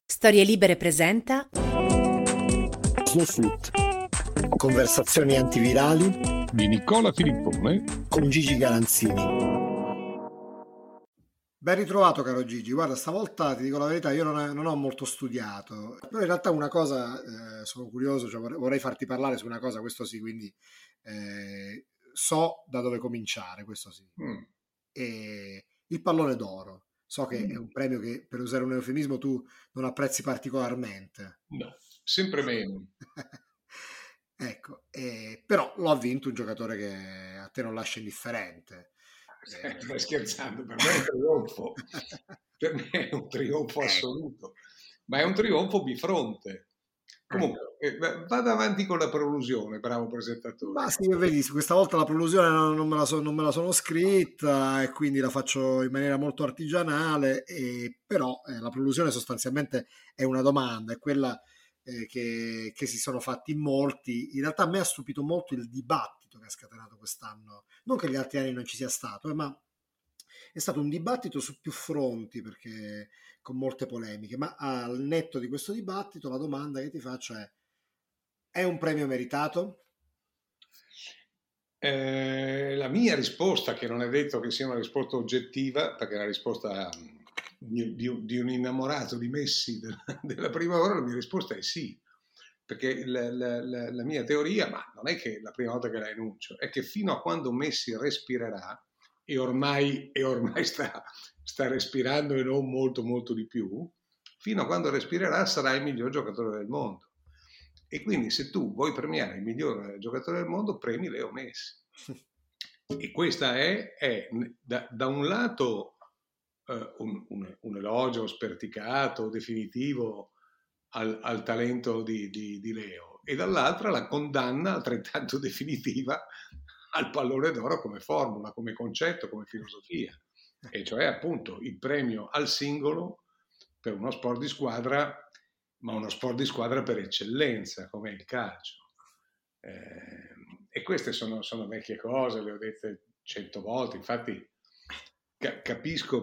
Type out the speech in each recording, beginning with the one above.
Storie Libere presenta Snowflute. Conversazioni antivirali di Nicola Filippone con Gigi Galanzini. Ben ritrovato, caro Gigi. Guarda, stavolta ti dico la verità, io non ho molto studiato, però in realtà una cosa, sono curioso, cioè vorrei farti parlare su una cosa, questo sì, quindi so da dove cominciare, questo sì. E il pallone d'oro. So che è un premio che, per usare un eufemismo, tu non apprezzi particolarmente. No, sempre meno. Ecco, però lo ha vinto un giocatore che a te non lascia indifferente. Stai scherzando, per me è un trionfo. Per me è un trionfo assoluto, ma è un trionfo bifronte. Comunque, vada avanti con la prolusione, bravo presentatore. Ma sì, vedi, questa volta la prolusione non me la sono scritta e quindi la faccio in maniera molto artigianale, però la prolusione sostanzialmente è una domanda, è quella che si sono fatti in molti. In realtà a me ha stupito molto il dibattito che ha scatenato quest'anno, non che gli altri anni non ci sia stato, ma è stato un dibattito su più fronti, perché con molte polemiche, ma al netto di questo dibattito la domanda che ti faccio è un premio meritato? La mia risposta, che non è detto che sia una risposta oggettiva, perché è una risposta di un innamorato di Messi della prima ora, la mia risposta è sì, perché la mia teoria, ma non è che la prima volta che la enuncio, è che fino a quando Messi respirerà, e ormai sta respirando e non molto molto di più, fino a quando respirerà sarà il miglior giocatore del mondo. E quindi se tu vuoi premiare il miglior giocatore del mondo, premi Leo Messi. E questa è da un lato un elogio sperticato, definitivo al talento di Leo, e dall'altra la condanna altrettanto definitiva al pallone d'oro come formula, come concetto, come filosofia, e cioè appunto il premio al singolo per uno sport di squadra, ma uno sport di squadra per eccellenza, come è il calcio. E queste sono vecchie cose, le ho dette 100 volte, infatti capisco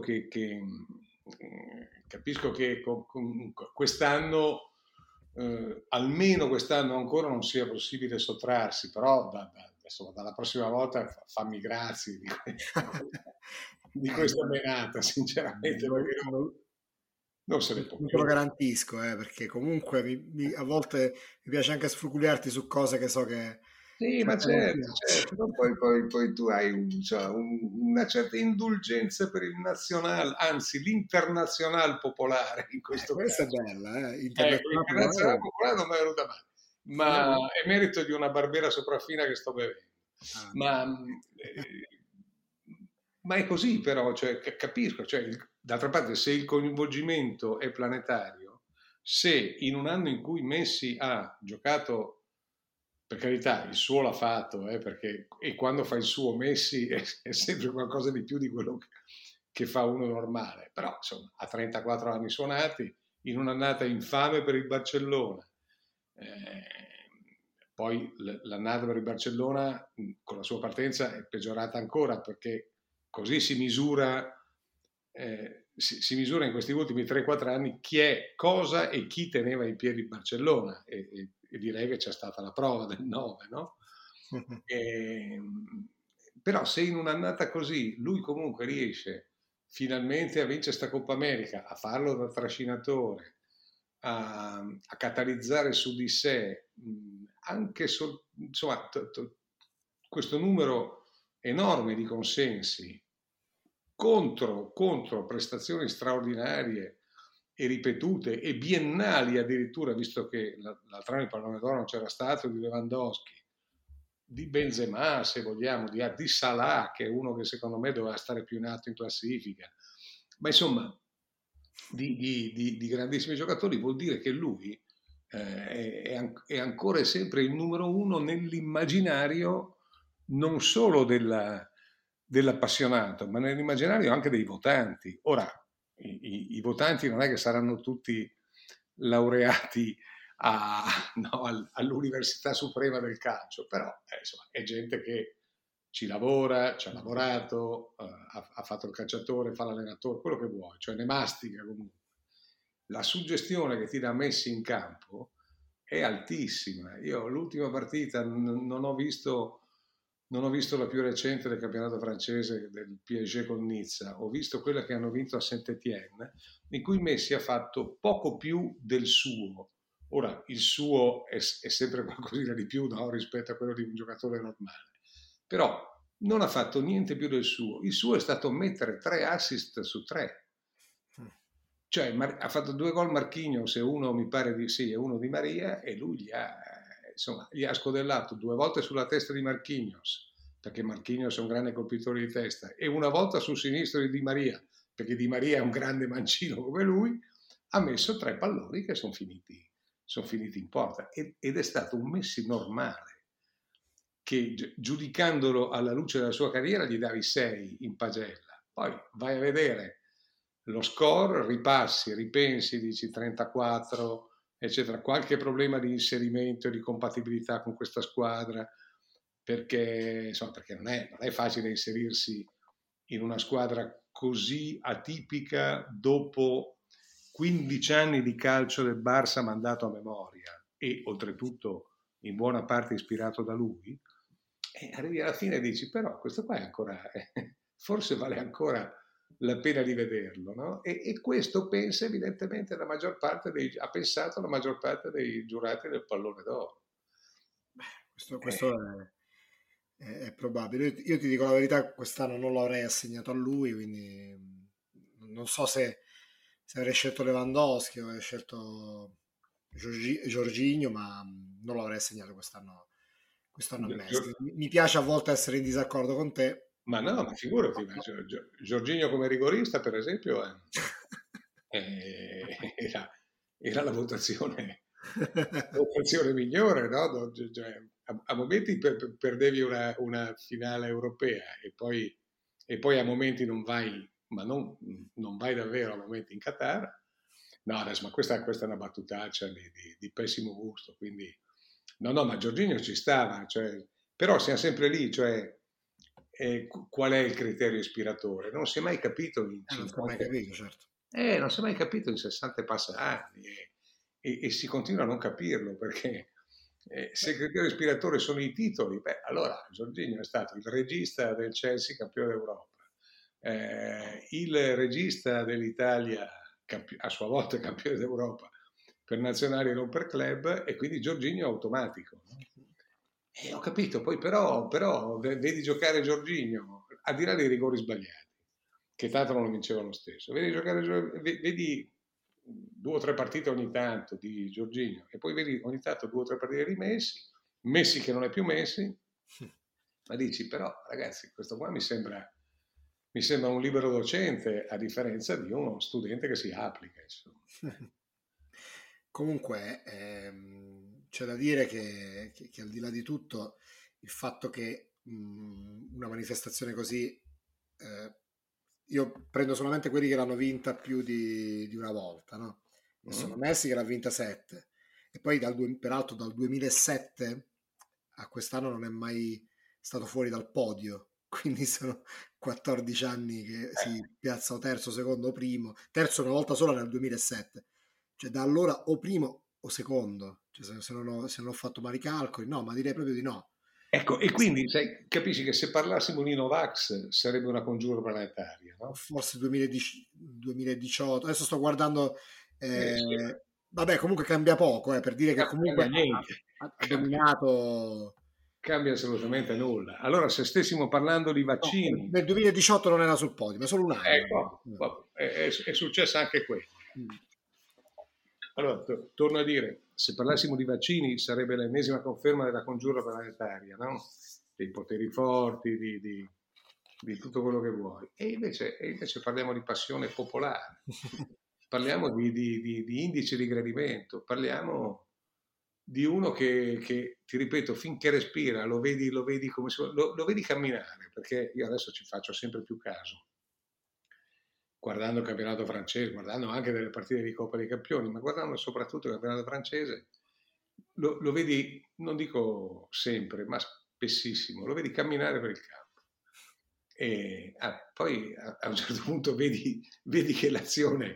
che quest'anno, almeno quest'anno ancora non sia possibile sottrarsi, però insomma, dalla prossima volta fammi grazie di questa menata, sinceramente, perché non se ne può Non te più. lo garantisco, perché comunque a volte mi piace anche sfruculiarti su cose che so Sì, che a ma te non certo, piacciono. ma poi tu hai una certa indulgenza per il nazionale, anzi l'internazionale popolare in questo Questa è caso. bella, Ecco, internazionale l'internazionale popolare. popolare non mi è venuta male, ma No? è merito di una Barbera sopraffina che sto bevendo. Ah. Ma, ma è così però, cioè, capisco, cioè, d'altra parte se il coinvolgimento è planetario, se in un anno in cui Messi ha giocato, per carità, il suo l'ha fatto, perché, e quando fa il suo Messi è sempre qualcosa di più di quello che fa uno normale, però insomma ha 34 anni suonati, in un'annata infame per il Barcellona. Poi l'annata per il Barcellona con la sua partenza è peggiorata ancora, perché così si misura in questi ultimi 3-4 anni chi è, cosa e chi teneva in piedi il Barcellona, e direi che c'è stata la prova del 9, no? E, però se in un'annata così lui comunque riesce finalmente a vincere sta Coppa America, a farlo da trascinatore, a catalizzare su di sé anche insomma, questo numero enorme di consensi contro prestazioni straordinarie e ripetute e biennali addirittura, visto che l'altro anno il pallone d'oro non c'era stato, di Lewandowski, di Benzema se vogliamo, di Salah, che è uno che secondo me doveva stare più in alto in classifica, ma insomma di grandissimi giocatori, vuol dire che lui è ancora e sempre il numero uno nell'immaginario non solo dell'appassionato, ma nell'immaginario anche dei votanti. Ora, i votanti non è che saranno tutti laureati all'Università Suprema del Calcio, però insomma, è gente che ci lavora, ci ha lavorato, ha fatto il calciatore, fa l'allenatore, quello che vuoi, cioè ne mastica comunque. la suggestione che ti dà Messi in campo è altissima. Io l'ultima partita non ho visto la più recente del campionato francese del PSG con Nizza, ho visto quella che hanno vinto a Saint-Étienne, in cui Messi ha fatto poco più del suo. Ora, il suo è sempre qualcosina di più, no, rispetto a quello di un giocatore normale, però non ha fatto niente più del suo. Il suo è stato mettere 3 assist su 3. Cioè, ha fatto 2 gol Marquinhos e uno mi pare di sì, e uno di Maria, e lui gli ha scodellato 2 volte sulla testa di Marquinhos, perché Marquinhos è un grande colpitore di testa, e una volta sul sinistro di Di Maria, perché Di Maria è un grande mancino come lui. Ha messo 3 palloni che sono finiti in porta, ed è stato un Messi normale, che giudicandolo alla luce della sua carriera gli davi 6 in pagella. Poi vai a vedere lo score, ripassi, ripensi, dici 34, eccetera. Qualche problema di inserimento e di compatibilità con questa squadra, perché, insomma, perché non è facile inserirsi in una squadra così atipica dopo 15 anni di calcio del Barça mandato a memoria e oltretutto in buona parte ispirato da lui. E arrivi alla fine e dici, però questo qua è ancora, forse vale ancora la pena di vederlo, no? E questo pensa evidentemente ha pensato la maggior parte dei giurati del pallone d'oro. Questo è probabile. Io ti dico la verità, quest'anno non l'avrei assegnato a lui, quindi non so se avrei scelto Lewandowski o avrei scelto Jorginho, ma non l'avrei assegnato quest'anno a Messi. Mi piace a volte essere in disaccordo con te. Ma no, ma figurati, ma Jorginho come rigorista, per esempio, era la votazione migliore, no? Cioè, a momenti perdevi una finale europea e poi a momenti non vai, ma non vai davvero a momenti in Qatar. No, adesso, ma questa è una battutaccia di pessimo gusto, quindi no, ma Jorginho ci stava, cioè, però siamo sempre lì, cioè qual è il criterio ispiratore? Non si è mai capito in Non si è mai 50, capito, certo. non si è mai capito in 60 e passa anni, e si continua a non capirlo, perché se il criterio ispiratore sono i titoli, beh, allora Jorginho è stato il regista del Chelsea campione d'Europa, il regista dell'Italia a sua volta campione d'Europa per nazionali e non per club, e quindi Jorginho è automatico, no? E ho capito, poi però vedi giocare Jorginho, al di là dei rigori sbagliati, che tanto non lo vinceva lo stesso, vedi 2 o 3 partite ogni tanto di Jorginho, e poi vedi ogni tanto 2 o 3 partite di Messi che non è più Messi, ma dici, però ragazzi, questo qua mi sembra un libero docente, a differenza di uno studente che si applica, insomma. Comunque, c'è da dire che al di là di tutto, il fatto che una manifestazione così, io prendo solamente quelli che l'hanno vinta più di una volta, no? E sono Mm? Messi che l'ha vinta 7. E poi peraltro dal 2007 a quest'anno non è mai stato fuori dal podio. Quindi sono 14 anni che si piazza o terzo, secondo o primo. Terzo una volta sola nel 2007. Cioè da allora o primo o secondo. Cioè, se non ho fatto male i calcoli, no, ma direi proprio di no. Ecco, e quindi capisci che se parlassimo di Novax sarebbe una congiura planetaria, no? Forse 2018. Adesso sto guardando. Sì, Vabbè, comunque cambia poco, per dire che comunque cambia niente, ha dominato. cambia assolutamente nulla. Allora, se stessimo parlando di No, vaccini, nel 2018 non era sul podio, ma solo un anno. ecco, è successo anche quello. Mm. Allora, torno a dire, se parlassimo di vaccini sarebbe l'ennesima conferma della congiura planetaria, no? Dei poteri forti, di tutto quello che vuoi. E invece parliamo di passione popolare, parliamo di indice di gradimento, parliamo di uno che, ti ripeto, finché respira, lo vedi come lo vedi camminare, perché io adesso ci faccio sempre più caso, guardando il campionato francese, guardando anche delle partite di Coppa dei Campioni, ma guardando soprattutto il campionato francese, lo vedi, non dico sempre, ma spessissimo, lo vedi camminare per il campo. E poi a un certo punto vedi che l'azione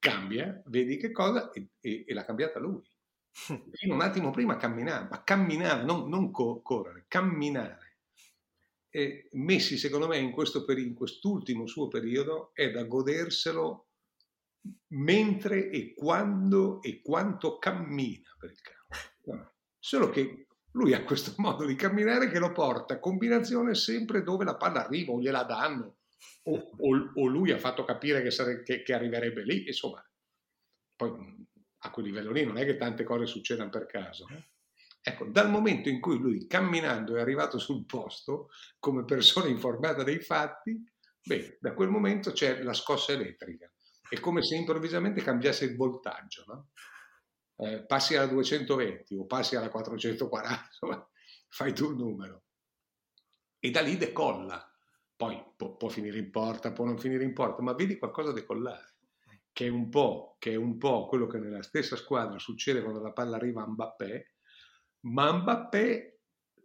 cambia, vedi che cosa, e l'ha cambiata lui. Fino un attimo prima camminava, non correre, camminare. E Messi, secondo me, in quest'ultimo suo periodo è da goderselo mentre e quando e quanto cammina per il campo. Solo che lui ha questo modo di camminare che lo porta a combinazione sempre dove la palla arriva o gliela danno o lui ha fatto capire che arriverebbe lì, insomma. Poi a quel livello lì non è che tante cose succedano per caso. Ecco, dal momento in cui lui camminando è arrivato sul posto come persona informata dei fatti, beh, da quel momento c'è la scossa elettrica. È come se improvvisamente cambiasse il voltaggio, no? Passi alla 220 o passi alla 440, insomma, fai tu il numero. E da lì decolla. Poi può finire in porta, può non finire in porta, ma vedi qualcosa decollare. Che è un po' quello che nella stessa squadra succede quando la palla arriva a Mbappé, ma Mbappé,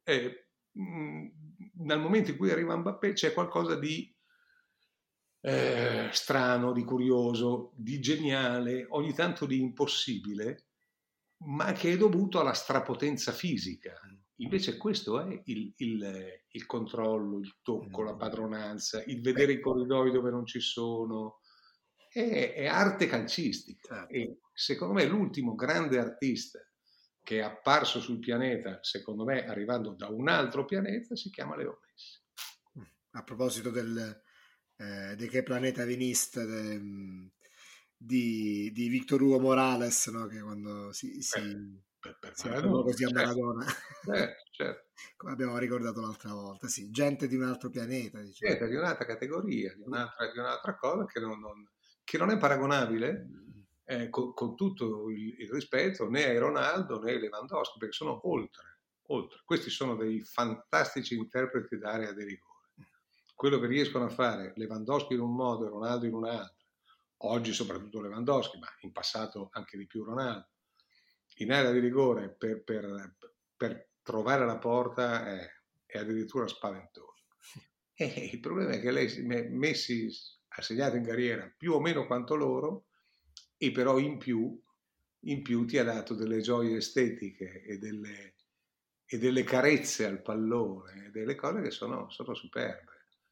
nel momento in cui arriva Mbappé c'è qualcosa di strano, di curioso, di geniale, ogni tanto di impossibile, ma che è dovuto alla strapotenza fisica. Invece questo è il controllo, il tocco, la padronanza, il vedere i corridoi dove non ci sono. È arte calcistica. Certo. E secondo me l'ultimo grande artista che è apparso sul pianeta, secondo me arrivando da un altro pianeta, si chiama Leo Messi. A proposito di che planeta veniste di Victor Hugo Morales, no? Che quando si appellò così a Maradona, certo. come abbiamo ricordato l'altra volta, sì, gente di un altro pianeta, diciamo. Certo, di un'altra categoria, di un'altra cosa che non è paragonabile con tutto il rispetto né a Ronaldo né a Lewandowski, perché sono oltre. Questi sono dei fantastici interpreti d'area di rigore. Quello che riescono a fare Lewandowski in un modo e Ronaldo in un altro, oggi soprattutto Lewandowski, ma in passato anche di più Ronaldo, in area di rigore per trovare la porta è addirittura spaventoso. E il problema è che Messi ha segnato in carriera più o meno quanto loro, e però in più ti ha dato delle gioie estetiche e delle carezze al pallone, delle cose che sono superbe.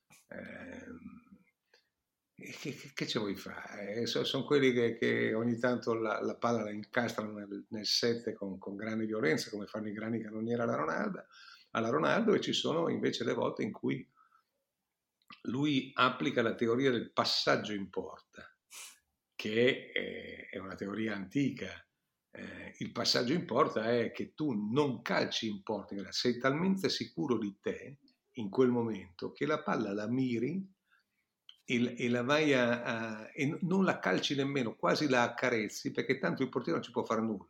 Che ci vuoi fare? Sono quelli che ogni tanto la palla la incastrano nel 7 con grande violenza, come fanno i grandi cannonieri alla Ronaldo, e ci sono invece le volte in cui lui applica la teoria del passaggio in porta, che è una teoria antica. Il passaggio in porta è che tu non calci in porta, sei talmente sicuro di te in quel momento che la palla la miri e la vai e non la calci nemmeno, quasi la accarezzi, perché tanto il portiere non ci può fare nulla.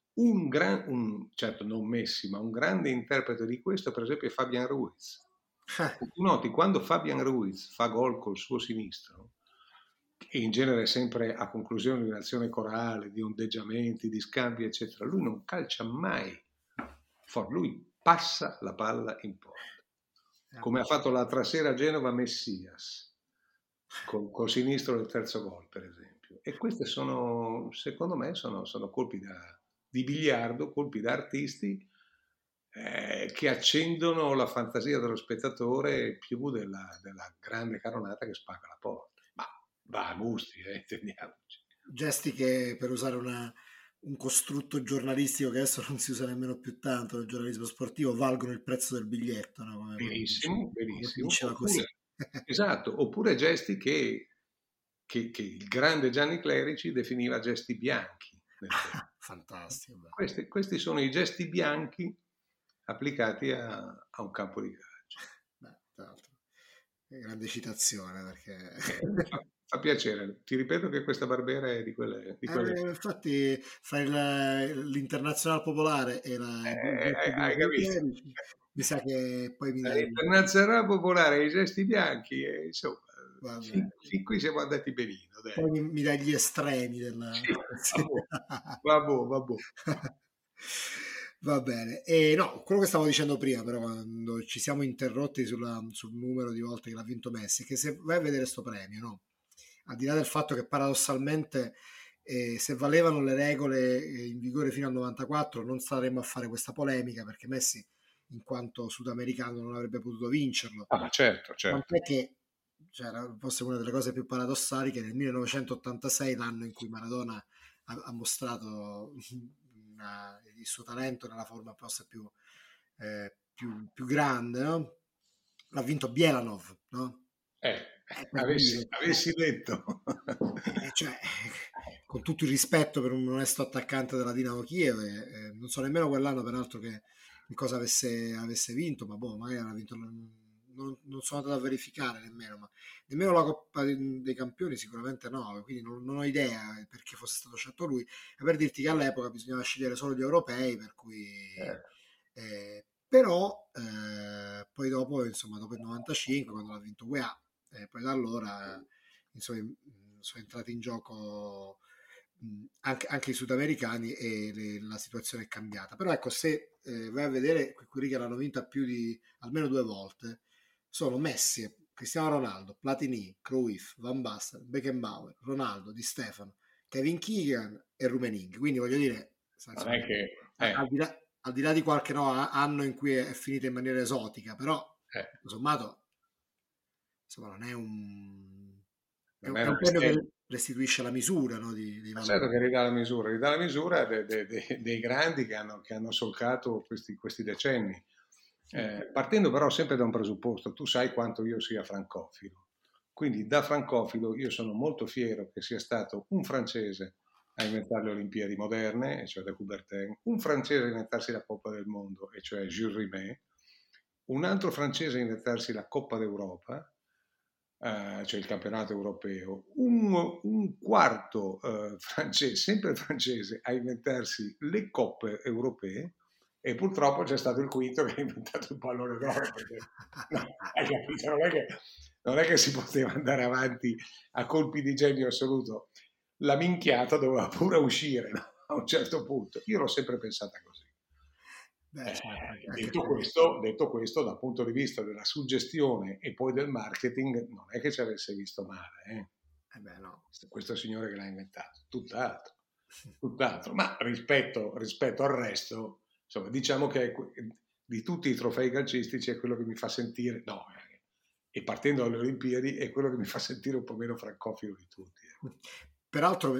Certo non Messi, ma un grande interprete di questo per esempio è Fabian Ruiz. Tu noti quando Fabian Ruiz fa gol col suo sinistro, e in genere sempre a conclusione di un'azione corale, di ondeggiamenti, di scambi eccetera, lui non calcia mai fuori, lui passa la palla in porta, come ha fatto l'altra sera a Genova Messias col sinistro del terzo gol per esempio. E queste sono, secondo me, sono colpi di biliardo, colpi da artisti che accendono la fantasia dello spettatore più della grande caronata che spacca la porta. Ma va a gusti, intendiamoci. Gesti che, per usare un costrutto giornalistico che adesso non si usa nemmeno più tanto nel giornalismo sportivo, valgono il prezzo del biglietto, no? Benissimo. Si diceva così. Esatto, oppure gesti che il grande Gianni Clerici definiva gesti bianchi. Fantastico. Questi sono i gesti bianchi applicati a un campo di calcio. Tra l'altro, grande citazione, perché fa piacere. Ti ripeto che questa Barbera è di quelle. Infatti fare l'Internazionale Popolare e hai capito? Mi sa che poi mi dai l'Internazionale Popolare e i gesti bianchi, insomma, fin qui siamo andati benino. Dai. Poi mi dai gli estremi della... Sì, vabbè. Va bene. E no, quello che stavo dicendo prima, però, quando ci siamo interrotti sul numero di volte che l'ha vinto Messi, è che se vai a vedere sto premio, no? Al di là del fatto che paradossalmente e se valevano le regole in vigore fino al 94 non staremmo a fare questa polemica, perché Messi in quanto sudamericano non avrebbe potuto vincerlo. Ah, ma certo, certo. Tant'è che cioè, forse una delle cose più paradossali che nel 1986, l'anno in cui Maradona ha mostrato il suo talento nella forma forse più grande, no? L'ha vinto Bielanov, no? Per Avessi, dire, avessi detto. cioè, con tutto il rispetto per un onesto attaccante della Dinamo Kiev, non so nemmeno quell'anno peraltro che cosa avesse vinto, ma boh, magari aveva vinto, non sono andato a verificare nemmeno, ma nemmeno la Coppa dei Campioni sicuramente no, quindi non ho idea perché fosse stato scelto lui, e per dirti che all'epoca bisognava scegliere solo gli europei, per cui però poi dopo, insomma, dopo il 95, quando l'ha vinto UEA, poi da allora insomma, sono entrati in gioco anche i sudamericani e la situazione è cambiata. Però ecco, se vai a vedere quelli che l'hanno vinta più di almeno 2 volte, sono Messi, Cristiano Ronaldo, Platini, Cruyff, Van Basten, Beckenbauer, Ronaldo, Di Stefano, Kevin Keegan e Rummenigge. Quindi voglio dire, Non insomma, è che... al di là di qualche anno in cui è finita in maniera esotica, però eh, tutto sommato insomma, non è un, non è è un una premio bestemmia. che restituisce la misura, no, dei Ma certo valori. che ridà la misura dei grandi che hanno solcato questi decenni. Partendo però sempre da un presupposto, tu sai quanto io sia francofilo, quindi da francofilo io sono molto fiero che sia stato un francese a inventare le Olimpiadi moderne, e cioè da Coubertin, un francese a inventarsi la Coppa del Mondo, e cioè Jules Rimet, un altro francese a inventarsi la Coppa d'Europa, cioè il campionato europeo, un quarto francese, sempre francese, a inventarsi le coppe europee, e purtroppo c'è stato il quinto che ha inventato il pallone d'oro, perché no, hai capito? Non è che si poteva andare avanti a colpi di genio assoluto. La minchiata doveva pure uscire, no? A un certo punto. Io l'ho sempre pensata così. Beh, certo, anche Detto perché questo, detto questo, dal punto di vista della suggestione e poi del marketing, non è che ci avesse visto male, beh, no. questo signore che l'ha inventato, tutt'altro, tutt'altro. Ma rispetto al resto, insomma, diciamo che di tutti i trofei calcistici è quello che mi fa sentire, no, e partendo dalle Olimpiadi è quello che mi fa sentire un po' meno francofilo di tutti. Peraltro,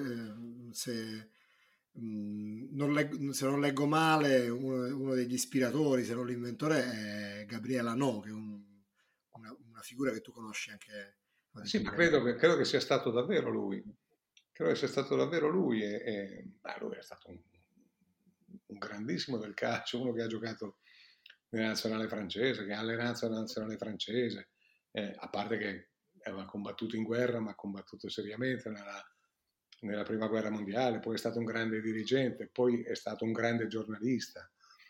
se non leggo male, uno degli ispiratori, se non l'inventore, è Gabriele Anò, che è una figura che tu conosci anche, no, di Sì, cui ma hai... credo che sia stato davvero lui. Credo che sia stato davvero lui. Lui è stato un grandissimo del calcio, uno che ha giocato nella nazionale francese, che ha allenato la nazionale francese, a parte che aveva combattuto in guerra, ma ha combattuto seriamente nella prima guerra mondiale, poi è stato un grande dirigente, poi è stato un grande giornalista.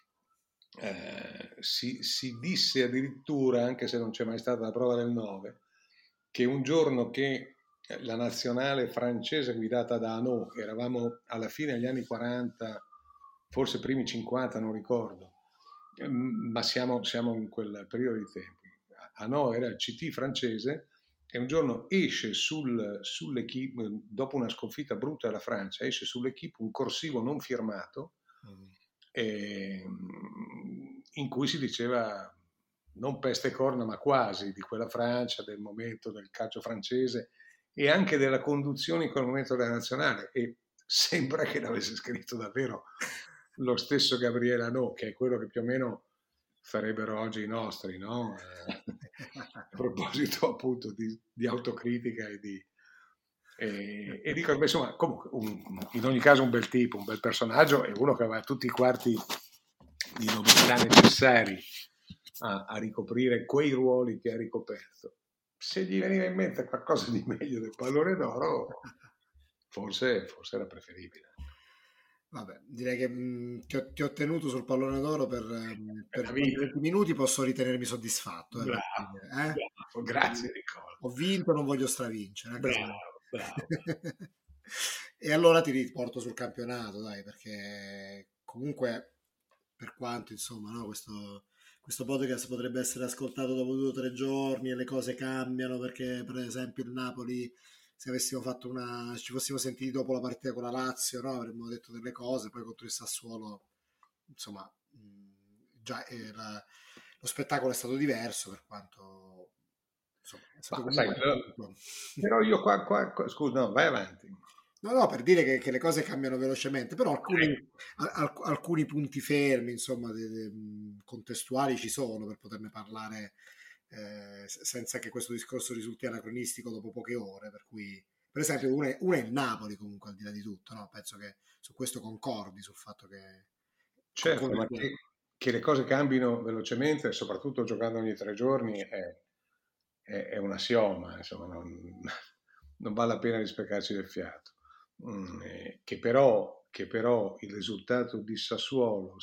Si disse addirittura, anche se non c'è mai stata la prova del 9, che un giorno che la nazionale francese guidata da Hanot, eravamo alla fine degli anni 40, forse primi 50, non ricordo, ma siamo in quel periodo di tempi. Hanot era il CT francese, e un giorno esce sull'equipe, dopo una sconfitta brutta alla Francia, esce sull'equipe un corsivo non firmato, Mm. in cui si diceva non peste e corna, ma quasi, di quella Francia, del momento del calcio francese e anche della conduzione in quel momento della nazionale. E sembra che l'avesse scritto davvero lo stesso Gabriele Hanot, che è quello che più o meno farebbero oggi i nostri, no? A proposito appunto di autocritica e dico, beh, insomma, comunque, in ogni caso un bel tipo, un bel personaggio, e uno che aveva tutti i quarti di nobiltà necessari a ricoprire quei ruoli che ha ricoperto. Se gli veniva in mente qualcosa di meglio del pallone d'oro, forse era preferibile. Vabbè, direi che ti ho tenuto sul pallone d'oro Per per la quasi vita. 20 minuti, posso ritenermi soddisfatto. Bravo, bravo, Quindi grazie Nicola. ho vinto, non voglio stravincere, anche se... Bravo, bravo. E allora ti riporto sul campionato, dai, perché comunque, per quanto, insomma, no, questo podcast potrebbe essere ascoltato dopo 2 o 3 giorni e le cose cambiano perché, per esempio, il Napoli se avessimo fatto ci fossimo sentiti dopo la partita con la Lazio, no? Avremmo detto delle cose, poi contro il Sassuolo, insomma, già lo spettacolo è stato diverso, per quanto insomma, è stato Ma sai, comunque brutto. però io scusa, no, vai avanti. No, no, per dire che le cose cambiano velocemente, però Ecco, alcuni punti fermi, insomma, contestuali ci sono per poterne parlare senza che questo discorso risulti anacronistico dopo poche ore. Per cui, per esempio, una è il Napoli, comunque, al di là di tutto, no? Penso che su questo concordi, sul fatto che certo, come ma che le cose cambino velocemente, soprattutto giocando ogni 3 giorni, è un assioma, insomma, non vale la pena di speccarci del fiato. Che però il risultato di Sassuolo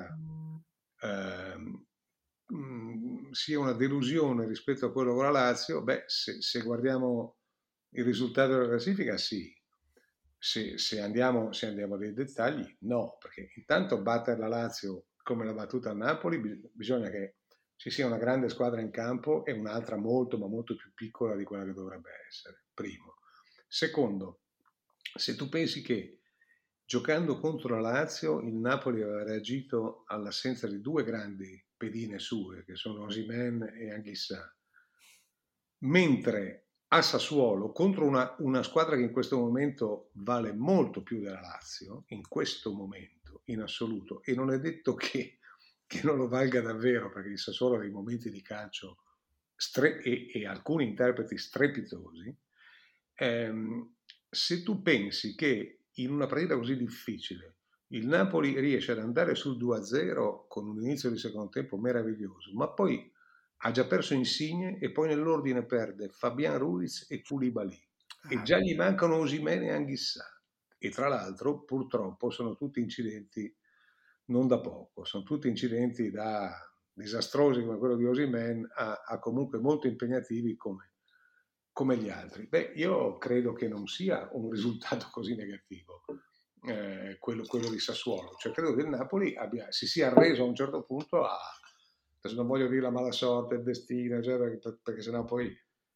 ehm, sia una delusione rispetto a quello con la Lazio, beh, se guardiamo il risultato della classifica, sì. Se andiamo nei dettagli, no, perché intanto battere la Lazio come l'ha battuta a Napoli, bisogna che ci sia una grande squadra in campo e un'altra molto, ma molto più piccola di quella che dovrebbe essere, primo. Secondo, se tu pensi che giocando contro la Lazio il Napoli aveva reagito all'assenza di due grandi pedine sue, che sono Osimhen e Anghissà, mentre a Sassuolo, contro una squadra che in questo momento vale molto più della Lazio, in questo momento, in assoluto, e non è detto che non lo valga davvero, perché il Sassuolo ha dei momenti di calcio e alcuni interpreti strepitosi, se tu pensi che in una partita così difficile il Napoli riesce ad andare sul 2-0 con un inizio di secondo tempo meraviglioso, ma poi ha già perso Insigne e poi nell'ordine perde Fabian Ruiz e Koulibaly e già gli mancano Osimhen e Anghissà, e tra l'altro purtroppo sono tutti incidenti non da poco, sono tutti incidenti da disastrosi come quello di Osimhen a comunque molto impegnativi come gli altri. Beh, io credo che non sia un risultato così negativo quello di Sassuolo, cioè credo che il Napoli si sia arreso a un certo punto adesso non voglio dire la mala sorte, il destino, cioè, perché sennò poi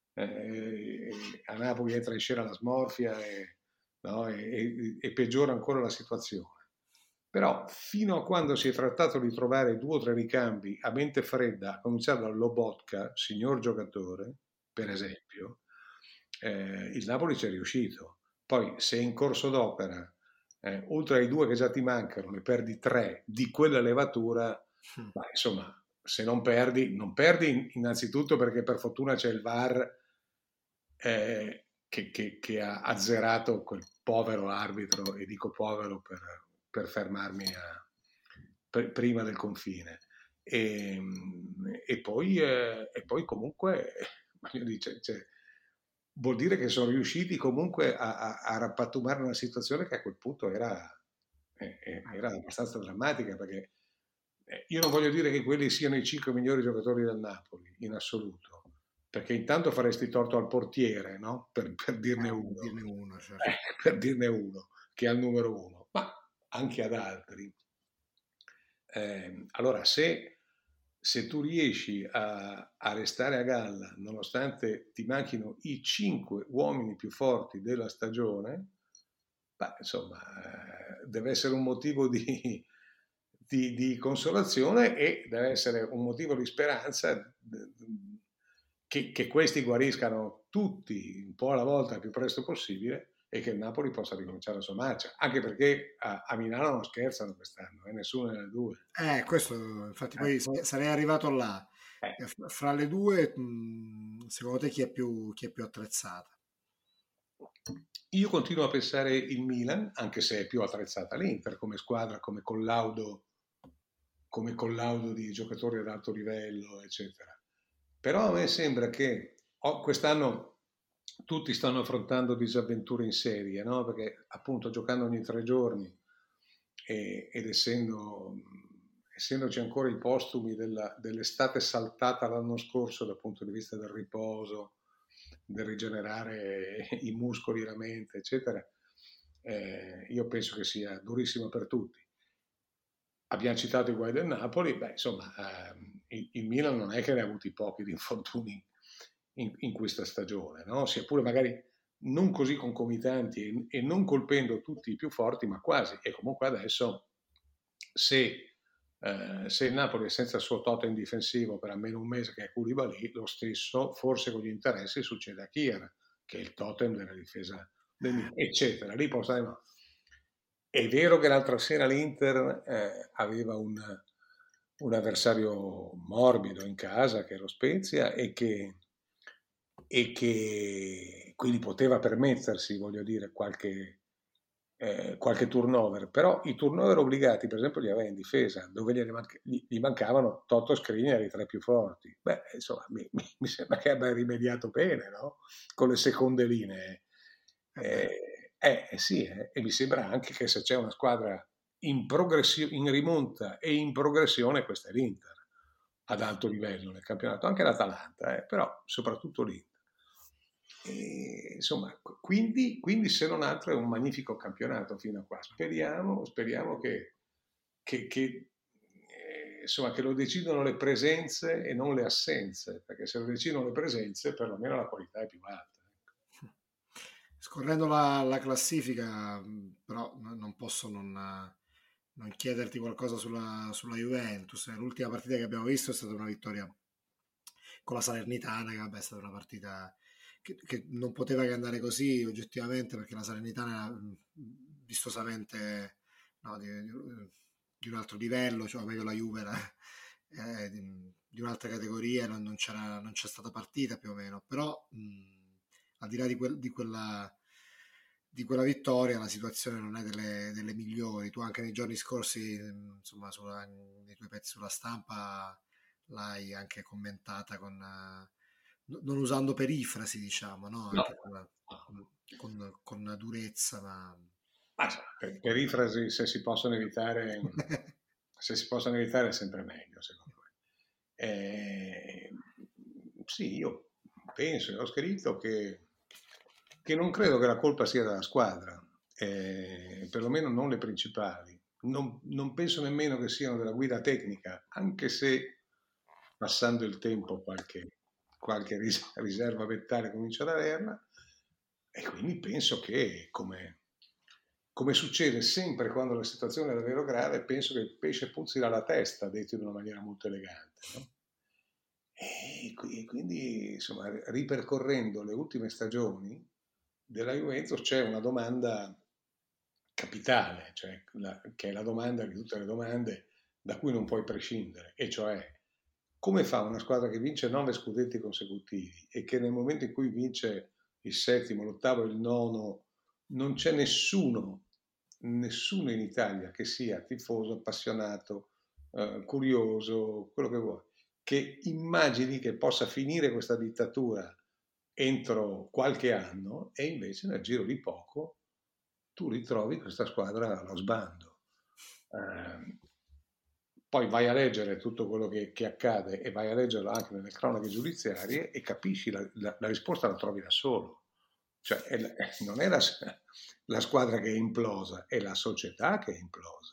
a Napoli entra in scena la smorfia no, e peggiora ancora la situazione. Però fino a quando si è trattato di trovare 2 o 3 ricambi a mente fredda, a cominciare da Lobotka, signor giocatore, per esempio, il Napoli ci è riuscito. Poi se in corso d'opera, oltre ai 2 che già ti mancano, ne perdi 3 di quella levatura, beh, insomma, se non perdi innanzitutto perché per fortuna c'è il VAR che ha azzerato quel povero arbitro, e dico povero per fermarmi prima del confine. E poi comunque vuol dire che sono riusciti comunque a rappattumare una situazione che a quel punto era abbastanza drammatica, perché io non voglio dire che quelli siano i 5 migliori giocatori del Napoli in assoluto, perché intanto faresti torto al portiere, no? Per dirne uno, Dirne uno, certo. per dirne uno, che è al numero uno, ma anche ad altri. Allora, se tu riesci a restare a galla nonostante ti manchino i 5 uomini più forti della stagione, beh, insomma, deve essere un motivo di consolazione, e deve essere un motivo di speranza che questi guariscano tutti un po' alla volta il più presto possibile, e che il Napoli possa ricominciare la sua marcia, anche perché a Milano non scherzano quest'anno, nessuno delle due. Questo, infatti, poi sarei arrivato là. Eh, Fra le due, secondo te chi è più attrezzata? Io continuo a pensare il Milan, anche se è più attrezzata l'Inter come squadra, come collaudo di giocatori ad alto livello, eccetera. Però a me sembra che quest'anno tutti stanno affrontando disavventure in serie, no? Perché appunto giocando ogni 3 giorni ed essendoci ancora i postumi dell'estate saltata l'anno scorso dal punto di vista del riposo, del rigenerare i muscoli, la mente, eccetera, io penso che sia durissimo per tutti. Abbiamo citato i guai del Napoli, beh, insomma, il Milan non è che ne ha avuti pochi di infortuni in questa stagione, no? Sia pure magari non così concomitanti e non colpendo tutti i più forti, ma quasi. E comunque adesso, se il Napoli è senza il suo totem difensivo per almeno un mese, che è Koulibaly, lo stesso, forse con gli interessi, succede a Kier, che è il totem della difesa eccetera. Lì può stare, no. È vero che l'altra sera l'Inter aveva un avversario morbido in casa, che è lo Spezia, e che quindi poteva permettersi, voglio dire, qualche turnover, però i turnover obbligati, per esempio, li aveva in difesa, dove gli mancavano Toto Skriniar, i tre più forti. Beh, insomma, mi sembra che abbia rimediato bene, no? Con le seconde linee. Sì, e mi sembra anche che se c'è una squadra in rimonta e in progressione, questa è l'Inter, ad alto livello nel campionato, anche l'Atalanta, però soprattutto l'Inter. Insomma, quindi se non altro è un magnifico campionato fino a qua. Speriamo insomma, che lo decidono le presenze e non le assenze, perché se lo decidono le presenze, perlomeno la qualità è più alta. Scorrendo la classifica, però non posso non chiederti qualcosa sulla Juventus. L'ultima partita che abbiamo visto è stata una vittoria con la Salernitana, che vabbè, è stata una partita che non poteva che andare così oggettivamente, perché la Salernitana era vistosamente, no, di un altro livello, cioè meglio la Juve era di un'altra categoria, non c'è stata partita più o meno, però al di là di quella vittoria, la situazione non è delle migliori. Tu anche nei giorni scorsi, insomma, nei tuoi pezzi sulla stampa l'hai anche commentata non usando perifrasi, diciamo, no? Anche con durezza, ma perifrasi, se si possono evitare è sempre meglio, secondo me. Sì, io penso e ho scritto che non credo che la colpa sia della squadra, perlomeno non le principali. Non penso nemmeno che siano della guida tecnica, anche se passando il tempo qualche riserva mentale comincia ad averla, e quindi penso che, come succede sempre quando la situazione è davvero grave, penso che il pesce puzzi dalla testa, detto in una maniera molto elegante, no? E quindi, insomma, ripercorrendo le ultime stagioni della Juventus, c'è una domanda capitale, cioè che è la domanda di tutte le domande da cui non puoi prescindere, e cioè: come fa una squadra che vince 9 scudetti consecutivi e che nel momento in cui vince il settimo, l'ottavo e il nono non c'è nessuno in Italia che sia tifoso, appassionato, curioso, quello che vuoi, che immagini che possa finire questa dittatura entro qualche anno, e invece nel giro di poco tu ritrovi questa squadra allo sbando. Poi vai a leggere tutto quello che accade, e vai a leggerlo anche nelle cronache giudiziarie, e capisci la risposta la trovi da solo. Cioè non è la squadra che è implosa, è la società che è implosa.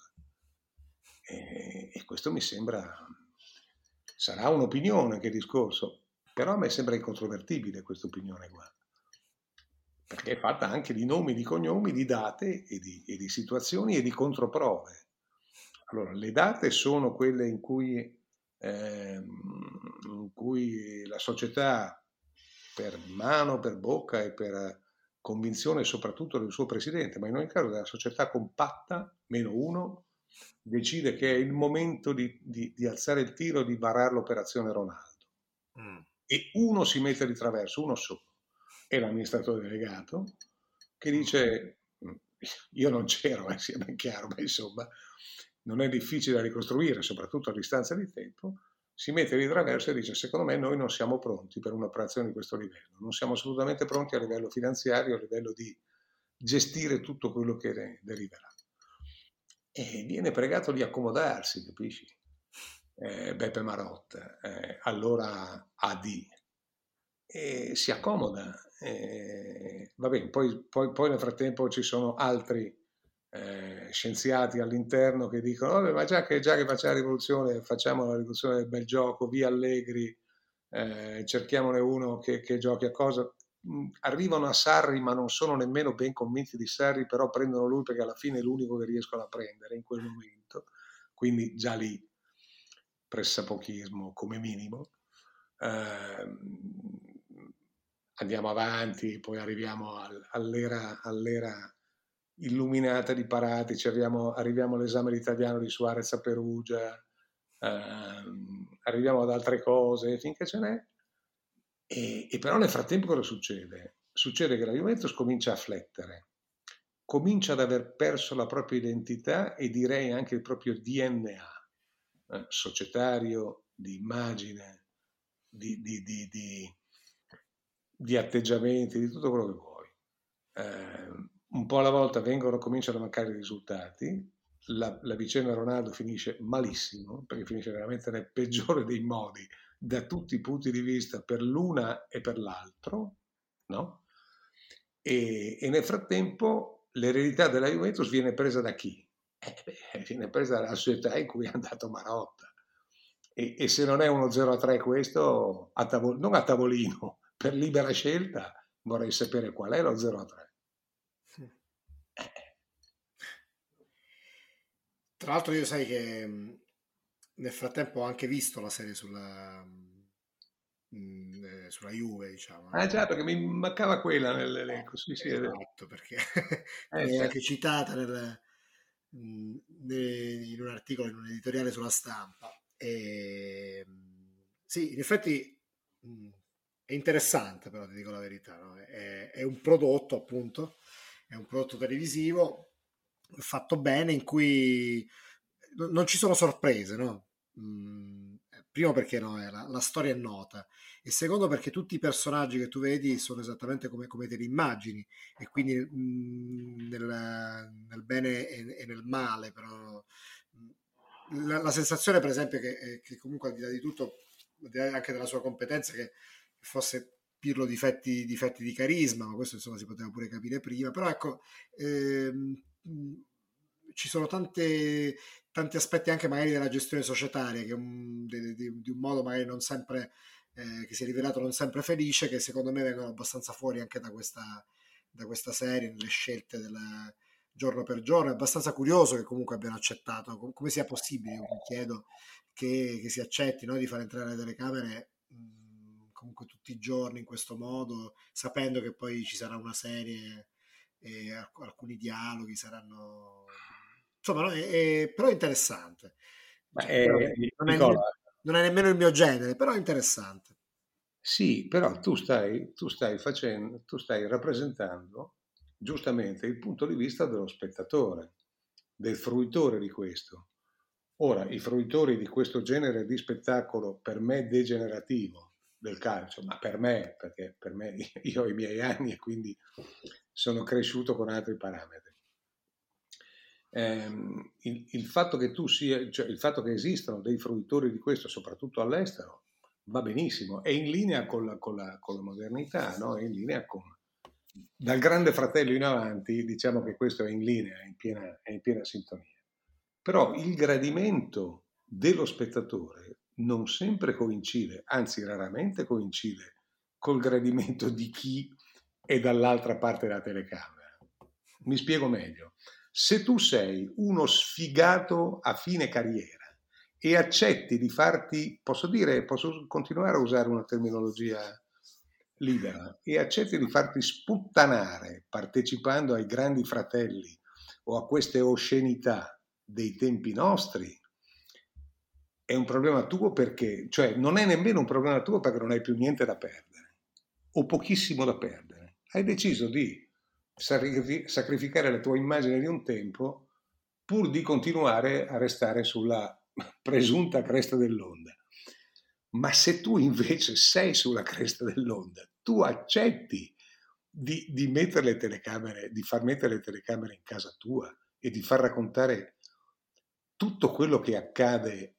E questo mi sembra, sarà un'opinione, che discorso, però a me sembra incontrovertibile questa opinione qua, perché è fatta anche di nomi, di cognomi, di date e di situazioni e di controprove. Allora, le date sono quelle in cui la società, per mano, per bocca e per convinzione soprattutto del suo presidente, ma in ogni caso della società compatta, -1, decide che è il momento di alzare il tiro, di varare l'operazione Ronaldo. E uno si mette di traverso, uno solo, è l'amministratore delegato, che dice: io non c'ero, sia ben chiaro, ma insomma non è difficile da ricostruire, soprattutto a distanza di tempo. Si mette di traverso e dice: secondo me noi non siamo pronti per un'operazione di questo livello, non siamo assolutamente pronti a livello finanziario, a livello di gestire tutto quello che ne deriverà. E viene pregato di accomodarsi, capisci? Beppe Marotta, allora AD, e si accomoda. Va bene, poi nel frattempo ci sono altri scienziati all'interno che dicono: vabbè, ma già che facciamo la rivoluzione, facciamo la rivoluzione del bel gioco, via Allegri, cerchiamone uno che giochi a cosa. arrivano a Sarri ma non sono nemmeno ben convinti di Sarri, però prendono lui perché alla fine è l'unico che riescono a prendere in quel momento, quindi già lì pressapochismo come minimo. Andiamo avanti, poi arriviamo all'era illuminata di Paratici, arriviamo all'esame d'italiano di Suarez a Perugia, arriviamo ad altre cose finché ce n'è. E però nel frattempo cosa succede? Succede che la Juventus comincia a flettere, comincia ad aver perso la propria identità e direi anche il proprio DNA societario, di immagine, di atteggiamenti, di tutto quello che vuoi. Un po' alla volta cominciano a mancare i risultati, la vicenda Ronaldo finisce malissimo, perché finisce veramente nel peggiore dei modi, da tutti i punti di vista, per l'una e per l'altro, no? E nel frattempo l'eredità della Juventus viene presa da chi? Viene presa dalla società in cui è andato Marotta. E se non è uno 0-3 questo, non a tavolino, per libera scelta, vorrei sapere qual è lo 0-3. Tra l'altro io sai che nel frattempo ho anche visto la serie sulla Juve, diciamo, Ah no? già, perché mi mancava quella nell'elenco, sì, sì, è vero. Esatto, perché l'hai Certo. anche citata in un articolo, in un editoriale sulla Stampa. E, sì, in effetti è interessante, però ti dico la verità, no? È un prodotto, appunto, è un prodotto televisivo fatto bene in cui non ci sono sorprese, no? Primo perché no, la storia è nota, e secondo perché tutti i personaggi che tu vedi sono esattamente come te li immagini, e quindi nel bene e nel male, però la sensazione per esempio che comunque al di là di tutto, al di là anche della sua competenza, che fosse Pirlo difetti di carisma, ma questo insomma si poteva pure capire prima, però ecco, ci sono tanti aspetti anche magari della gestione societaria, che è di un modo magari non sempre, che si è rivelato non sempre felice, che secondo me vengono abbastanza fuori anche da questa serie, nelle scelte del giorno per giorno. È abbastanza curioso che comunque abbiano accettato, come sia possibile, io mi chiedo, che si accetti, no, di far entrare le telecamere comunque tutti i giorni in questo modo, sapendo che poi ci sarà una serie e alcuni dialoghi saranno, insomma, no? Però è interessante. Cioè, è vero che Nicola, non è nemmeno il mio genere, però è interessante. sì, però tu stai rappresentando giustamente il punto di vista dello spettatore, del fruitore di questo. Ora, i fruitori di questo genere di spettacolo, per me degenerativo, del calcio, ma perché per me io ho i miei anni e quindi sono cresciuto con altri parametri. Il fatto che cioè il fatto che esistano dei fruitori di questo, soprattutto all'estero, va benissimo, è in linea con la modernità, no? È in linea dal Grande Fratello in avanti, diciamo che questo è in linea, è in piena sintonia. Però il gradimento dello spettatore non sempre coincide, anzi raramente coincide col gradimento di chi è dall'altra parte della telecamera. Mi spiego meglio. Se tu sei uno sfigato a fine carriera e accetti di posso continuare a usare una terminologia libera, e accetti di farti sputtanare partecipando ai Grandi Fratelli o a queste oscenità dei tempi nostri, è un problema tuo, perché, cioè non è nemmeno un problema tuo perché non hai più niente da perdere o pochissimo da perdere. Hai deciso di sacrificare la tua immagine di un tempo pur di continuare a restare sulla presunta cresta dell'onda. Ma se tu invece sei sulla cresta dell'onda, tu accetti di mettere le telecamere, di far mettere le telecamere in casa tua e di far raccontare tutto quello che accade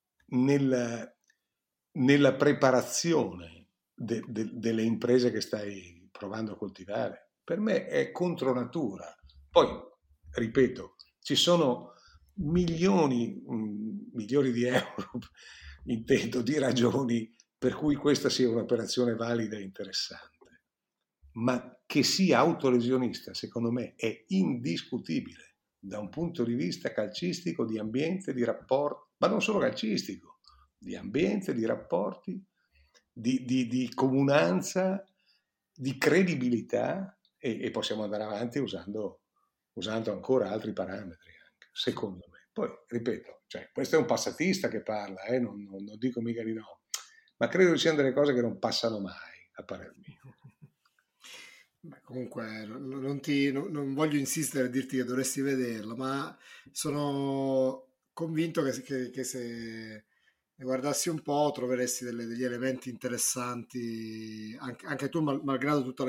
nella preparazione delle imprese che stai provando a coltivare. Per me è contro natura. Poi, ripeto, ci sono milioni di euro, intendo, di ragioni per cui questa sia un'operazione valida e interessante. ma che sia autolesionista, secondo me, è indiscutibile da un punto di vista calcistico, di ambiente, di rapporti, ma non solo calcistico, di ambiente, di rapporti, di comunanza, di credibilità, e possiamo andare avanti usando ancora altri parametri, anche, secondo me. Poi, ripeto, cioè, questo è un passatista che parla, non dico mica di no, ma credo che siano delle cose che non passano mai, a parer mio. Beh, comunque non voglio insistere a dirti che dovresti vederlo, ma sono convinto che se ne guardassi un po' troveresti degli elementi interessanti, anche tu, malgrado tutta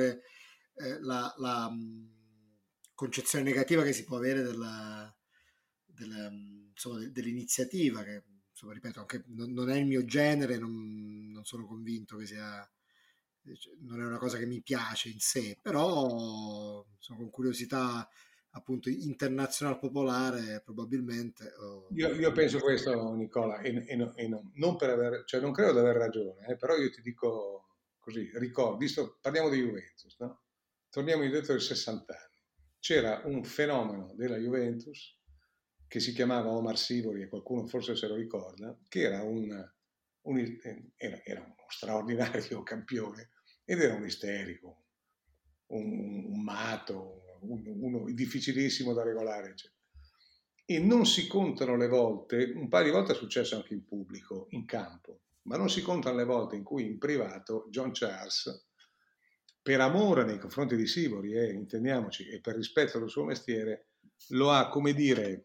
la concezione negativa che si può avere insomma, dell'iniziativa, che insomma, ripeto, anche non è il mio genere, non sono convinto che sia, non è una cosa che mi piace in sé, però insomma, con curiosità appunto internazionale popolare probabilmente Io penso questo, Nicola, non per aver, cioè non credo di aver ragione, però io ti dico così, ricordo, visto, parliamo di Juventus, no? Torniamo indietro di 60 anni. C'era un fenomeno della Juventus che si chiamava Omar Sivori, e qualcuno forse se lo ricorda, che era era uno straordinario campione ed era un isterico, un matto, uno difficilissimo da regolare, eccetera. E non si contano le volte, un paio di volte è successo anche in pubblico, in campo, ma non si contano le volte in cui in privato John Charles, per amore nei confronti di Sivori, intendiamoci, e per rispetto del suo mestiere, lo ha, come dire,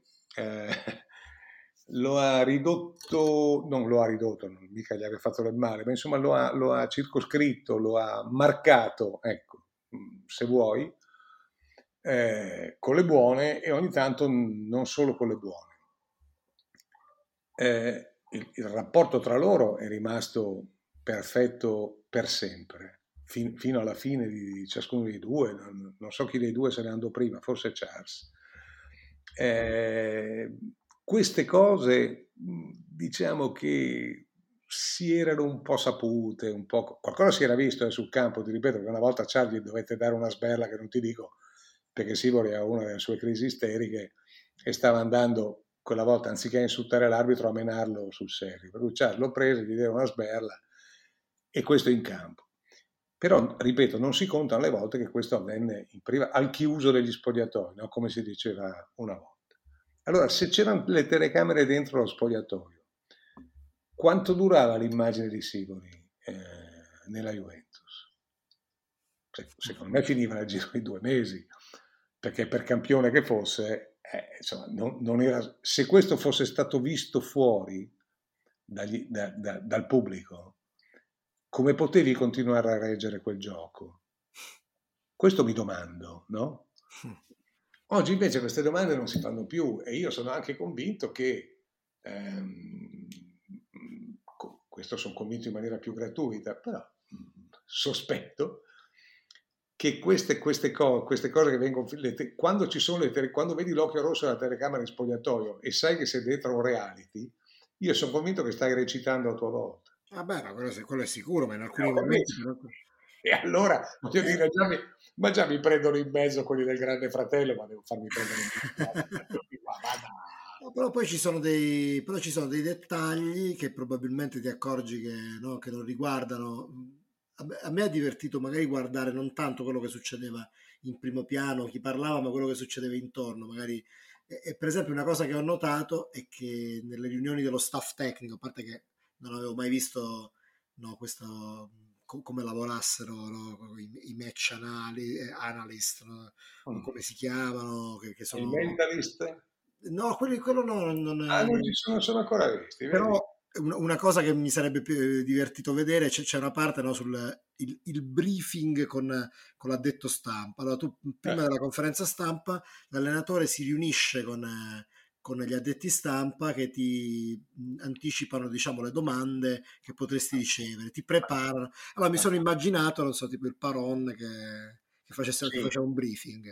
lo ha ridotto, non lo ha ridotto, non mica gli aveva fatto del male, ma insomma lo ha circoscritto, lo ha marcato, ecco, se vuoi, con le buone e ogni tanto non solo con le buone. Il rapporto tra loro è rimasto perfetto per sempre, fino alla fine di ciascuno dei due, non so chi dei due se ne andò prima, forse Charles. Queste cose, diciamo che si erano un po' sapute, un po', qualcosa si era visto sul campo, ti ripeto che una volta a Charlie dovette dare una sberla che non ti dico, perché Sivori aveva una delle sue crisi isteriche e stava andando quella volta, anziché insultare l'arbitro, a menarlo sul serio. Per cui Charles lo prese, gli diede una sberla e questo in campo. Però, ripeto, non si contano le volte che questo avvenne in al chiuso degli spogliatoi, no? Come si diceva una volta. Allora, se c'erano le telecamere dentro lo spogliatoio, quanto durava l'immagine di Sivori nella Juventus? Secondo me finiva nel giro di 2 mesi, perché per campione che fosse, insomma, non era, se questo fosse stato visto fuori dal pubblico, come potevi continuare a reggere quel gioco? Questo mi domando, no? Oggi invece queste domande non si fanno più e io sono anche convinto che, questo sono convinto in maniera più gratuita, però sospetto che queste cose che vengono, quando ci sono quando vedi l'occhio rosso della telecamera in spogliatoio e sai che sei dentro un reality, io sono convinto che stai recitando a tua volta. vabbè, ma quello è sicuro, ma in alcuni momenti però... E allora, voglio dire, già mi prendono in mezzo quelli del Grande Fratello, ma devo farmi prendere in mezzo. No, però ci sono dei dettagli che probabilmente ti accorgi che, no, che non riguardano. A me ha divertito magari guardare non tanto quello che succedeva in primo piano, chi parlava, ma quello che succedeva intorno. Magari. E per esempio una cosa che ho notato è che nelle riunioni dello staff tecnico, a parte che non avevo mai visto, no, questo, come lavorassero, no, i match analyst, no, o come si chiamano, che Il sono... mentalist? No, quello no, non Ah, è... non ci sono ancora visti, vedi? Però una cosa che mi sarebbe più divertito vedere, c'è una parte, no, sul il briefing con l'addetto stampa. Allora tu prima della conferenza stampa l'allenatore si riunisce con gli addetti stampa che ti anticipano, diciamo, le domande che potresti ricevere, ti preparano. Allora mi sono immaginato, non so, tipo il Paron che Sì. faceva un briefing.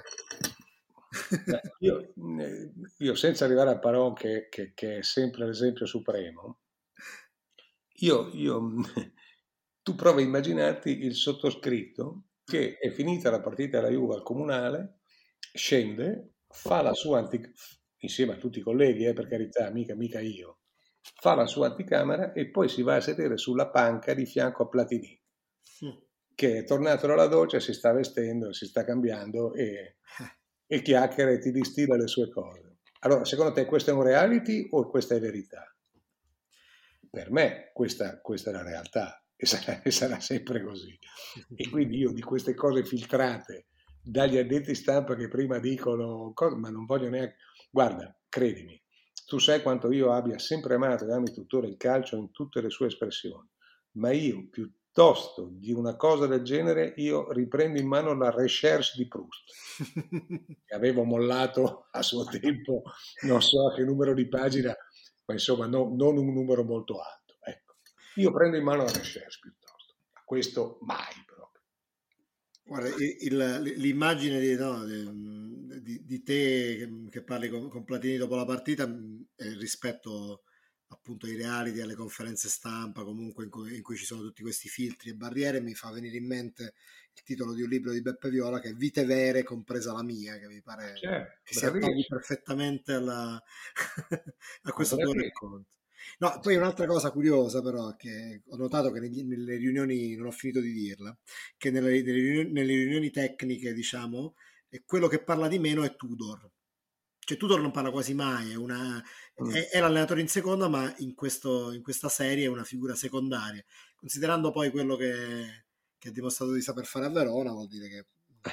Io senza arrivare a Paron, che è sempre l'esempio supremo, io tu prova a immaginarti il sottoscritto che è finita la partita della Juve al Comunale, scende, fa la sua insieme a tutti i colleghi, per carità, mica io, fa la sua anticamera e poi si va a sedere sulla panca di fianco a Platini, che è tornato dalla doccia, si sta vestendo, si sta cambiando e chiacchiera e ti distilla le sue cose. Allora, secondo te questo è un reality o questa è verità? Per me questa è la realtà e sarà sempre così. E quindi io di queste cose filtrate dagli addetti stampa che prima dicono cose, ma non voglio neanche... Guarda, credimi, tu sai quanto io abbia sempre amato e ami tuttora il calcio in tutte le sue espressioni, ma io piuttosto di una cosa del genere io riprendo in mano la Recherche di Proust, che avevo mollato a suo tempo, non so a che numero di pagina, ma insomma non un numero molto alto. Ecco. Io prendo in mano la Recherche piuttosto, a questo mai proprio. Guarda, l'immagine di te che parli con Platini dopo la partita rispetto appunto ai reality, alle conferenze stampa, comunque in cui ci sono tutti questi filtri e barriere, mi fa venire in mente il titolo di un libro di Beppe Viola che è Vite vere, compresa la mia, che mi pare Certo, che si attagli bravissimo, perfettamente a questo tuo bravissimo. racconto. No, poi Sì, un'altra cosa curiosa però, che ho notato che nelle riunioni, non ho finito di dirla, che nelle riunioni tecniche, diciamo, quello che parla di meno è Tudor. Cioè Tudor non parla quasi mai, mm. è l'allenatore in seconda, ma in questa serie è una figura secondaria. Considerando poi quello che ha dimostrato di saper fare a Verona, vuol dire che...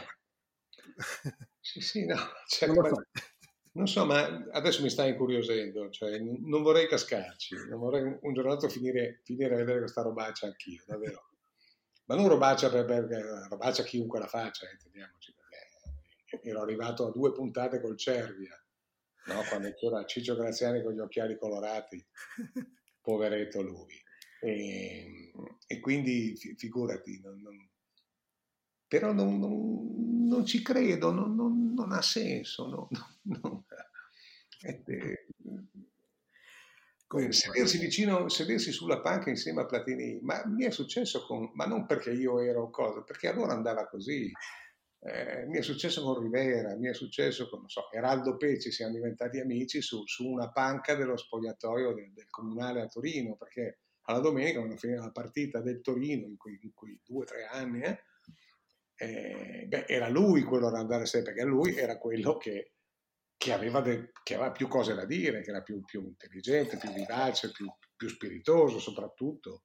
Sì, no, Non certo, lo ma so. non so, ma adesso mi sta incuriosendo, cioè non vorrei cascarci, non vorrei un giornato finire a vedere questa robaccia anch'io, davvero. Ma non robaccia perché robaccia chiunque la faccia, intendiamoci, perché ero arrivato a 2 puntate col Cervia, no? Quando c'era Ciccio Graziani con gli occhiali colorati, poveretto lui. E, e quindi figurati, però non ci credo, non ha senso. Non- eh, eh, Comunque, sedersi sulla panca insieme a Platini, ma mi è successo ma non perché io ero cosa, perché allora andava così. Mi è successo con Rivera, mi è successo con, non so, Eraldo Pecci, siamo diventati amici su una panca dello spogliatoio del Comunale a Torino, perché alla domenica, quando finiva la partita del Torino, in quei 2 o 3 anni, beh, era lui quello da andare sempre, perché lui era quello che aveva più cose da dire, che era più intelligente, più vivace, più spiritoso soprattutto.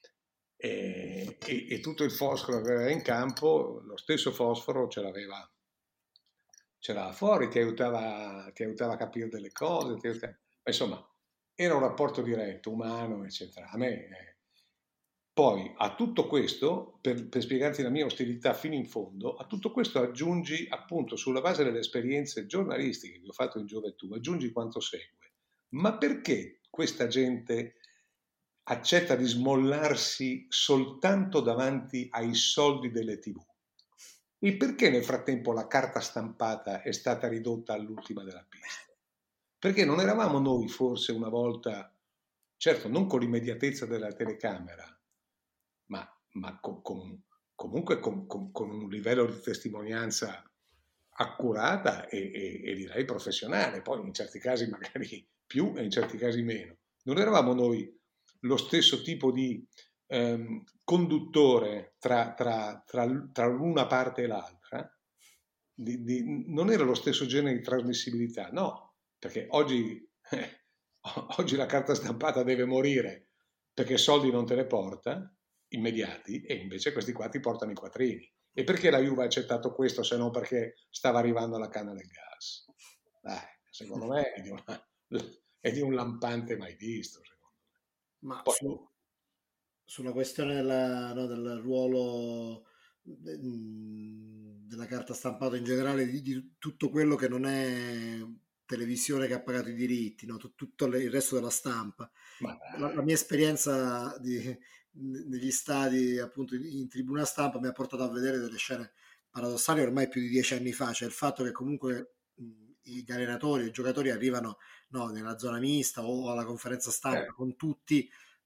E tutto il fosforo che aveva in campo, lo stesso fosforo ce l'aveva fuori, ti aiutava a capire delle cose, ma insomma, era un rapporto diretto, umano, eccetera. A me, poi a tutto questo, per spiegarti la mia ostilità fino in fondo, a tutto questo aggiungi appunto sulla base delle esperienze giornalistiche che ho fatto in gioventù, aggiungi quanto segue. Ma perché questa gente accetta di smollarsi soltanto davanti ai soldi delle TV? E perché nel frattempo la carta stampata è stata ridotta all'ultima della pista? Perché non eravamo noi forse una volta, certo non con l'immediatezza della telecamera, ma comunque con un livello di testimonianza accurata e direi professionale, poi in certi casi magari più e in certi casi meno. Non eravamo noi lo stesso tipo di conduttore tra l'una parte e l'altra, non era lo stesso genere di trasmissibilità, no, perché oggi la carta stampata deve morire perché soldi non te ne porta, immediati, e invece questi qua ti portano i quattrini. E perché la Juve ha accettato questo se non perché stava arrivando la canna del gas? Dai, secondo me è di un lampante mai visto, secondo me. ma Poi, sulla questione no, del ruolo della carta stampata in generale, di tutto quello che non è televisione che ha pagato i diritti, no? Tutto il resto della stampa. ma La dai, mia esperienza negli stadi, appunto in tribuna stampa, mi ha portato a vedere delle scene paradossali ormai più di 10 anni fa, cioè il fatto che comunque gli allenatori, i giocatori arrivano no, nella zona mista o alla conferenza eh, stampa con tutti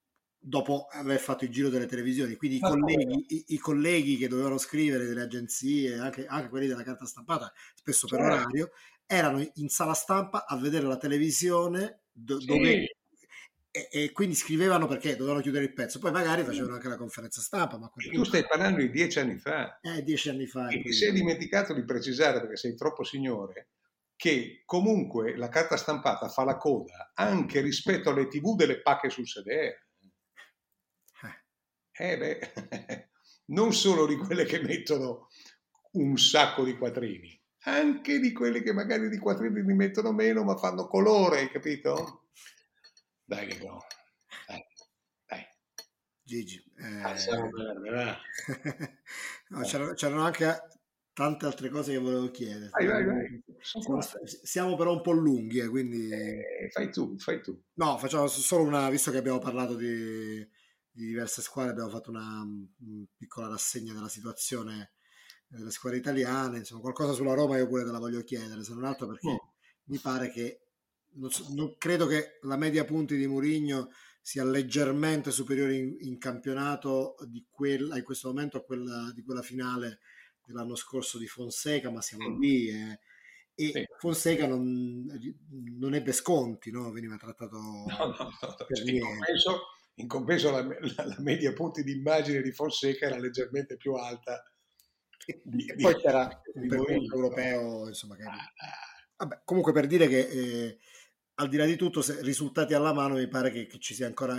dopo aver fatto il giro delle televisioni, quindi Ma come no? i colleghi che dovevano scrivere delle agenzie, anche quelli della carta stampata, spesso per Certo, orario, erano in sala stampa a vedere la televisione dove sì. e quindi scrivevano perché dovevano chiudere il pezzo, poi magari facevano anche la conferenza stampa, ma a quel E tu punto stai parlando di 10 anni fa. 10 anni fa e E ti poi sei dimenticato di precisare, perché sei troppo signore, che comunque la carta stampata fa la coda anche rispetto alle TV delle pacche sul sedere. eh, Beh, non solo di quelle che mettono un sacco di quattrini, anche di quelle che magari di quattrini ne mettono meno, ma fanno colore, hai capito? Dai, Nico, dai, dai, Gigi. lasciamo perdere, va. No, c'erano anche tante altre cose che volevo chiederti. Vai, sono qua. Siamo però un po' lunghi, quindi Fai tu, fai tu. no, facciamo solo una, visto che abbiamo parlato di diverse squadre, abbiamo fatto una piccola rassegna della situazione delle squadre italiane, insomma, qualcosa sulla Roma io pure te la voglio chiedere, se non altro Mm. perché mi pare che non credo che la media punti di Mourinho sia leggermente superiore in campionato di quella, in questo momento a quella di quella finale dell'anno scorso di Fonseca, ma siamo Mm. lì Sì. e Fonseca non ebbe sconti, no? Veniva trattato No. per Cioè, niente. in compenso la media punti di immagine di Fonseca era leggermente più alta di, E di, poi c'era un di percorso Mourinho. europeo, insomma, che Ah, vabbè, comunque per dire che al di là di tutto, risultati alla mano, mi pare che ci sia ancora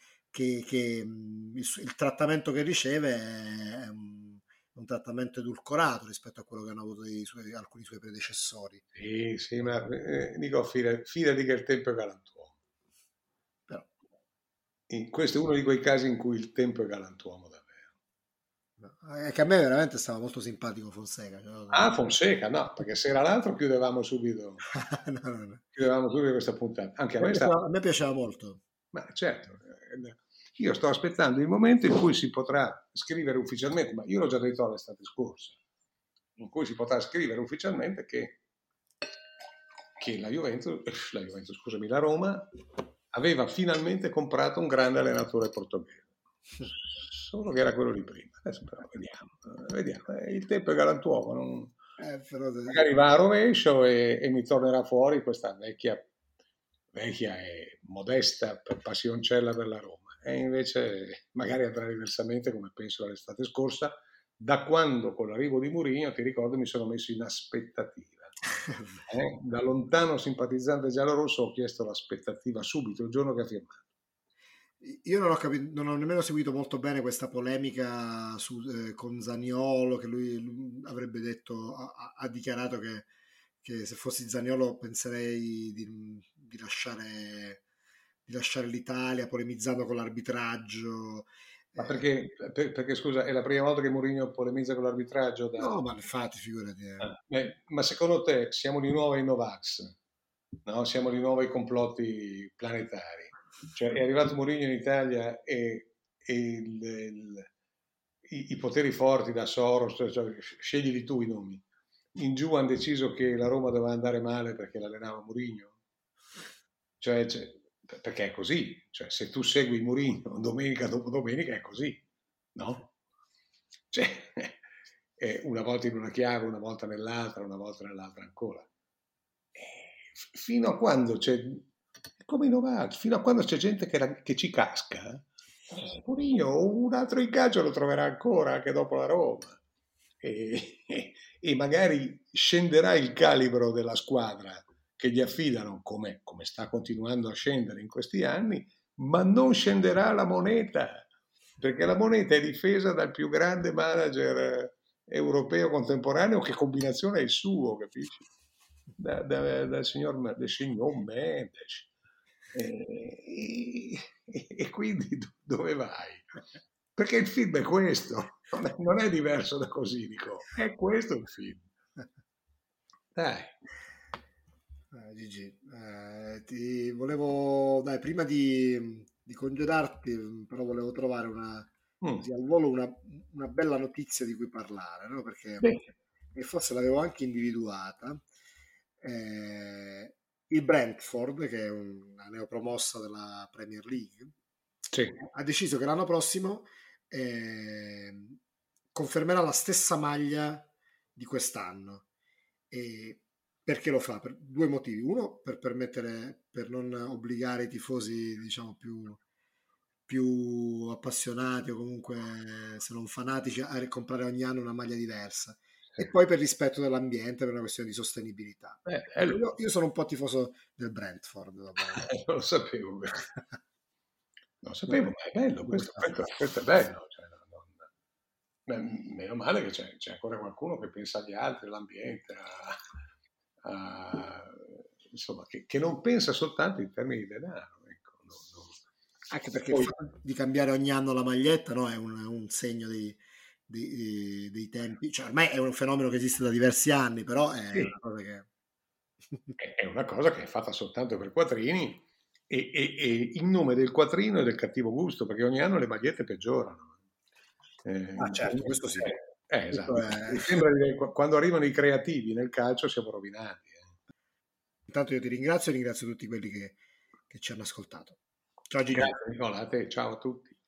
che il trattamento che riceve è un trattamento edulcorato rispetto a quello che hanno avuto alcuni suoi predecessori. sì, sì, ma dico, fidati che il tempo è galantuomo. Però, Questo è uno di quei casi in cui il tempo è galantuomo davvero. no, è che a me veramente stava molto simpatico Fonseca. Cioè, Ah, Fonseca, no, perché se era l'altro no, no, no. chiudevamo subito questa puntata. Anche a A me me sta. piaceva, a me piaceva molto. Ma certo, io sto aspettando il momento in cui si potrà scrivere ufficialmente, ma io l'ho già detto l'estate scorsa, in cui si potrà scrivere ufficialmente che scusami, la Roma aveva finalmente comprato un grande allenatore portoghese. Solo che era quello di prima. Adesso però vediamo. Il tempo è galantuomo, Però, magari va a rovescio e mi tornerà fuori questa vecchia e modesta passioncella per la Roma. E invece magari andrà diversamente, come penso l'estate scorsa, da quando con l'arrivo di Mourinho, ti ricordo, mi sono messo in aspettativa. Da lontano simpatizzante giallorosso ho chiesto l'aspettativa subito, il giorno che ha firmato. io non ho capito, non ho nemmeno seguito molto bene questa polemica con Zaniolo, che lui avrebbe detto, ha dichiarato che se fossi Zaniolo penserei di lasciare l'Italia, polemizzando con l'arbitraggio. Ma Eh, perché, scusa, è la prima volta che Mourinho polemizza con l'arbitraggio no, ma infatti, figurati. Ma secondo te siamo di nuovo ai Novax? No? Siamo di nuovo ai complotti planetari? Cioè è arrivato Mourinho in Italia e i poteri forti da Soros, cioè, sceglili tu i nomi. In giù hanno deciso che la Roma doveva andare male perché l'allenava Mourinho. Cioè, perché è così. Cioè, se tu segui Mourinho domenica dopo domenica è così, no? Cioè, una volta in una chiave, una volta nell'altra ancora. Fino a quando c'è, come i Novax, fino a quando c'è gente che ci casca, Mourinho un altro ingaggio lo troverà ancora anche dopo la Roma. E magari scenderà il calibro della squadra che gli affidano, come sta continuando a scendere in questi anni, ma non scenderà la moneta, perché la moneta è difesa dal più grande manager europeo contemporaneo, che combinazione è il suo, capisci? Del signor Mendes. E quindi dove vai? Perché il film è questo, non è diverso da così, dico, è questo il film. Dai. Gigi, ti volevo, dai, prima di congedarti, però volevo trovare Mm. così al volo una bella notizia di cui parlare, no? Perché Beh, e forse l'avevo anche individuata. Il Brentford, che è una neopromossa della Premier League, Sì. ha deciso che l'anno prossimo confermerà la stessa maglia di quest'anno. E perché lo fa? Per due motivi. Uno, per non obbligare i tifosi, diciamo, più appassionati o comunque se non fanatici a comprare ogni anno una maglia diversa. Sì. E poi per rispetto dell'ambiente, per una questione di sostenibilità. Ecco, io sono un po' tifoso del Brentford. Non lo sapevo questo. Non lo sapevo, ma è bello, questo è bello. Cioè, meno male che c'è ancora qualcuno che pensa agli altri, all'ambiente, insomma, che non pensa soltanto in termini di denaro. Ecco, Anche perché il poi, fatto di cambiare ogni anno la maglietta, no, è un segno dei tempi. Cioè, ormai è un fenomeno che esiste da diversi anni, però è sì, una cosa che... è una cosa che è fatta soltanto per quattrini e in nome del quattrino e del cattivo gusto, perché ogni anno le magliette peggiorano. Ah, certo, questo sì. Questo Esatto. è... Mi sembra che quando arrivano i creativi nel calcio siamo rovinati. Intanto io ti ringrazio e ringrazio tutti quelli che ci hanno ascoltato. Ciao Gigi. Grazie Nicola, a te, ciao a tutti.